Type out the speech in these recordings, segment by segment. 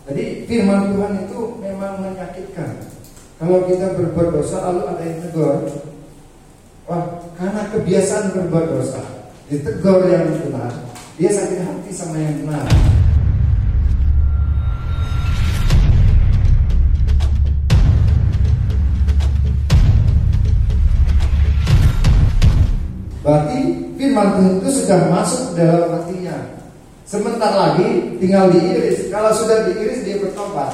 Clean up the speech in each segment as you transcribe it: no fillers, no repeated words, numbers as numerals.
Jadi firman Tuhan itu memang menyakitkan. Kalau kita berbuat dosa lalu ada yang tegur, wah, karena kebiasaan berbuat dosa, ditegur yang benar, dia sakit hati sama yang benar. Berarti firman Tuhan itu sudah masuk dalam hatinya. Sebentar lagi tinggal diiris. Kalau sudah diiris dia bertobat.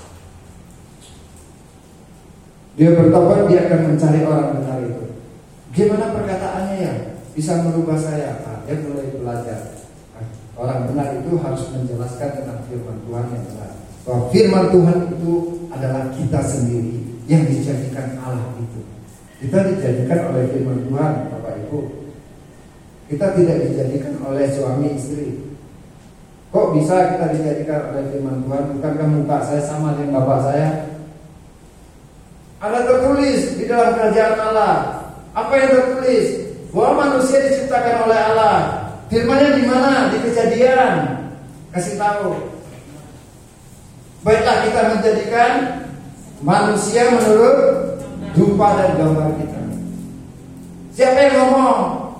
Dia bertobat, dia akan mencari orang benar itu. Gimana perkataannya ya bisa merubah saya? Nah, dia mulai belajar. Orang benar itu harus menjelaskan tentang firman Tuhan yang benar. Bahwa firman Tuhan itu adalah kita sendiri yang dijadikan Allah itu. Kita dijadikan oleh firman Tuhan, Bapak Ibu. Kita tidak dijadikan oleh suami istri. Kok bisa kita dijadikan oleh firman Tuhan? Bukankah muka saya sama dengan bapak saya? Ada tertulis di dalam kerajaan Allah. Apa yang tertulis? Bahwa manusia diciptakan oleh Allah. Firman-Nya di mana? Di Kejadian. Kasih tahu. Baiklah kita menjadikan manusia menurut rupa dan gambar kita. Siapa yang ngomong?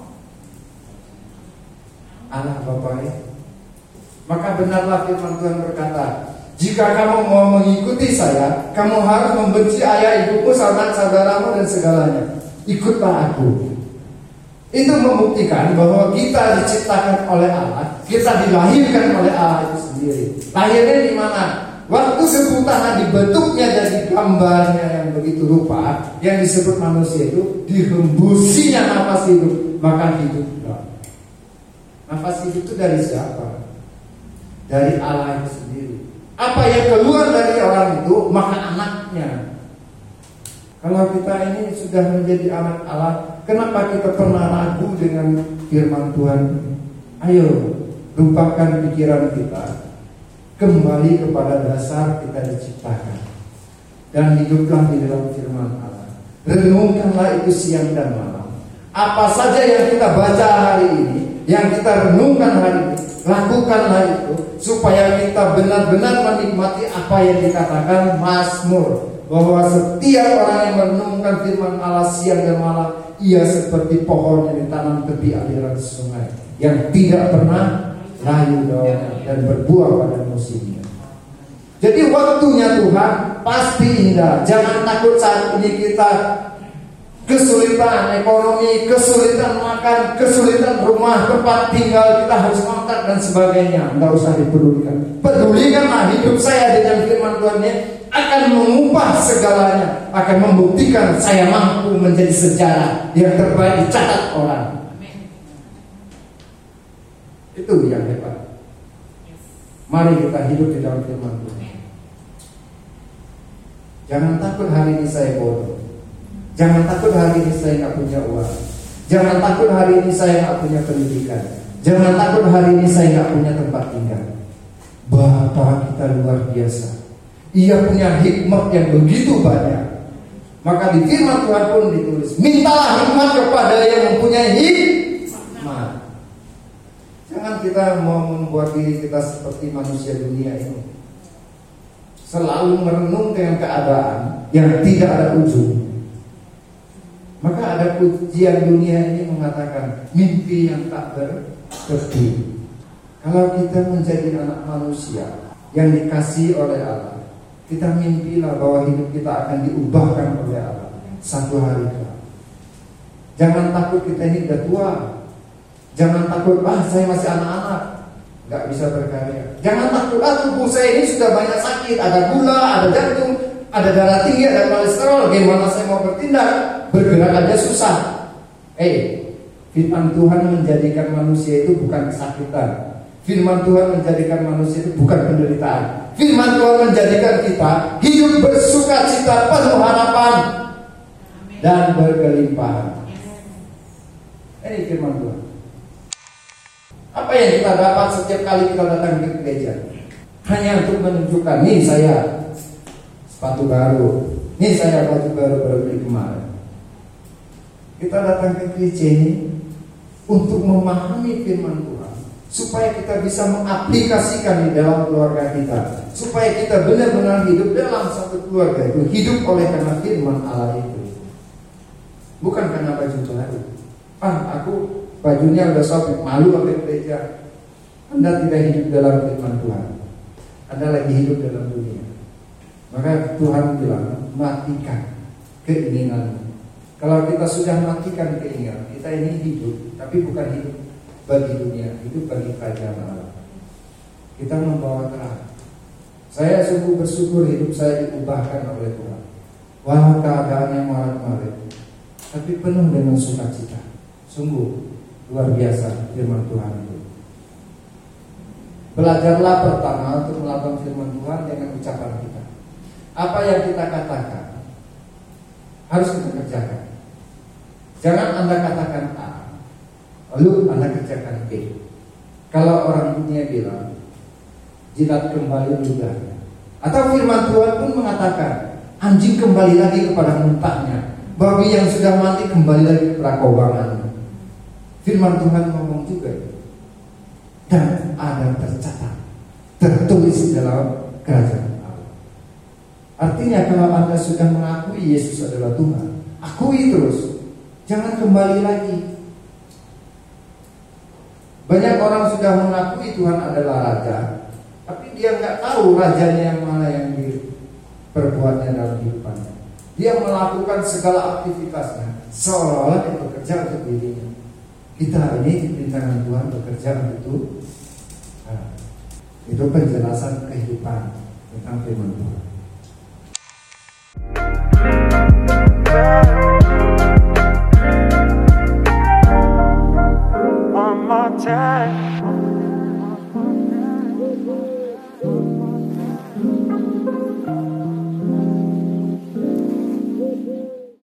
Allah Bapa. Maka benarlah firman Tuhan berkata, jika kamu mau mengikuti saya, kamu harus membenci ayah ibumu, saudara-saudaramu dan segalanya. Ikutlah aku. Itu membuktikan bahwa kita diciptakan oleh Allah, kita dilahirkan oleh Allah itu sendiri. Lahirnya di mana? Waktu keputanan dibentuknya jadi gambarnya yang begitu rupa, yang disebut manusia itu dihembusinya nafas hidup, maka hidup. Nafas hidup itu dari siapa? Dari Allah itu sendiri. Apa yang keluar dari orang itu, maka anaknya. Kalau kita ini sudah menjadi anak Allah, kenapa kita pernah ragu dengan firman Tuhan? Ayo, lupakan pikiran kita, kembali kepada dasar kita diciptakan, dan hiduplah di dalam firman Allah. Renungkanlah itu siang dan malam. Apa saja yang kita baca hari ini, yang kita renungkan hari ini, lakukanlah itu supaya kita benar-benar menikmati apa yang dikatakan Mazmur, bahwa setiap orang yang merenungkan firman Allah siang dan malam, ia seperti pohon yang ditanam tepi aliran sungai, yang tidak pernah layu daunnya dan berbuah pada musimnya. Jadi waktunya Tuhan pasti indah. Jangan takut saat ini kita kesulitan ekonomi, kesulitan makan, kesulitan rumah, tempat tinggal, kita harus ngontrak dan sebagainya. Tidak usah dipedulikan. Pedulikanlah hidup saya dengan firman Tuhan ini akan mengubah segalanya, akan membuktikan saya mampu menjadi sejarah yang terbaik dicatat orang. Itu yang hebat. Mari kita hidup di dalam firman Tuhan. Jangan takut hari ini saya bodoh. Jangan takut hari ini saya nggak punya uang. Jangan takut hari ini saya nggak punya pendidikan. Jangan takut hari ini saya nggak punya tempat tinggal. Bapa kita luar biasa. Ia punya hikmat yang begitu banyak. Maka di firman Tuhan pun ditulis, mintalah hikmat kepada yang mempunyai hikmat. Jangan kita mau membuat diri kita seperti manusia dunia ini, selalu merenung dengan keadaan yang tidak ada ujung. Maka ada pujian dunia ini mengatakan mimpi yang tak bertepi. Kalau kita menjadi anak manusia yang dikasihi oleh Allah, kita mimpilah bahwa hidup kita akan diubahkan oleh Allah satu hari kelak. Jangan takut kita ini sudah tua. Jangan takut, saya masih anak-anak, gak bisa berkarya. Jangan takut, tubuh saya ini sudah banyak sakit, ada gula, ada jantung, ada darah tinggi, ada kolesterol. Gimana saya mau bertindak? Bergerak aja susah. Firman Tuhan menjadikan manusia itu bukan kesakitan. Firman Tuhan menjadikan manusia itu bukan penderitaan. Firman Tuhan menjadikan kita hidup bersuka cita, penuh harapan dan berkelimpahan. Ini firman Tuhan. Apa yang kita dapat setiap kali kita datang ke gereja? Hanya untuk menunjukkan, nih saya sepatu baru, nih saya baju baru beli kemarin. Kita datang ke gereja ini untuk memahami firman Tuhan supaya kita bisa mengaplikasikan di dalam keluarga kita, supaya kita benar-benar hidup dalam satu keluarga itu, hidup oleh karena firman Allah itu, bukan karena baju baru. Aku bajunya udah sobek, malu sampai gereja. Anda tidak hidup dalam firman Tuhan, Anda lagi hidup dalam dunia. Maka Tuhan bilang, matikan keinginanmu. Kalau kita sudah matikan keinginan, kita ini hidup, tapi bukan hidup bagi dunia, hidup bagi kerajaan Allah. Kita membawa terang. Saya sungguh bersyukur hidup saya diubahkan oleh Tuhan. Walau keadaannya maret-maret, tapi penuh dengan sukacita. Sungguh luar biasa firman Tuhan itu. Belajarlah pertama untuk melakukan firman Tuhan dengan ucapan kita. Apa yang kita katakan harus kita kerjakan. Jangan Anda katakan A, lalu Anda kerjakan B. Kalau orang dunia bilang, jilat kembali ludahnya. Atau firman Tuhan pun mengatakan, anjing kembali lagi kepada muntahnya, babi yang sudah mati kembali lagi kepada kobangannya. Firman Tuhan ngomong juga, dan ada tercatat, tertulis dalam kerajaan Allah. Artinya kalau Anda sudah mengakui Yesus adalah Tuhan, akui terus, jangan kembali lagi. Banyak orang sudah mengakui Tuhan adalah Raja, tapi dia nggak tahu rajanya yang mana yang diperbuatnya dalam kehidupannya. Dia melakukan segala aktivitasnya seolah-olah dia bekerja untuk dirinya. Kita ini diperintahkan Tuhan bekerja untuk itu penjelasan kehidupan tentang firman Tuhan.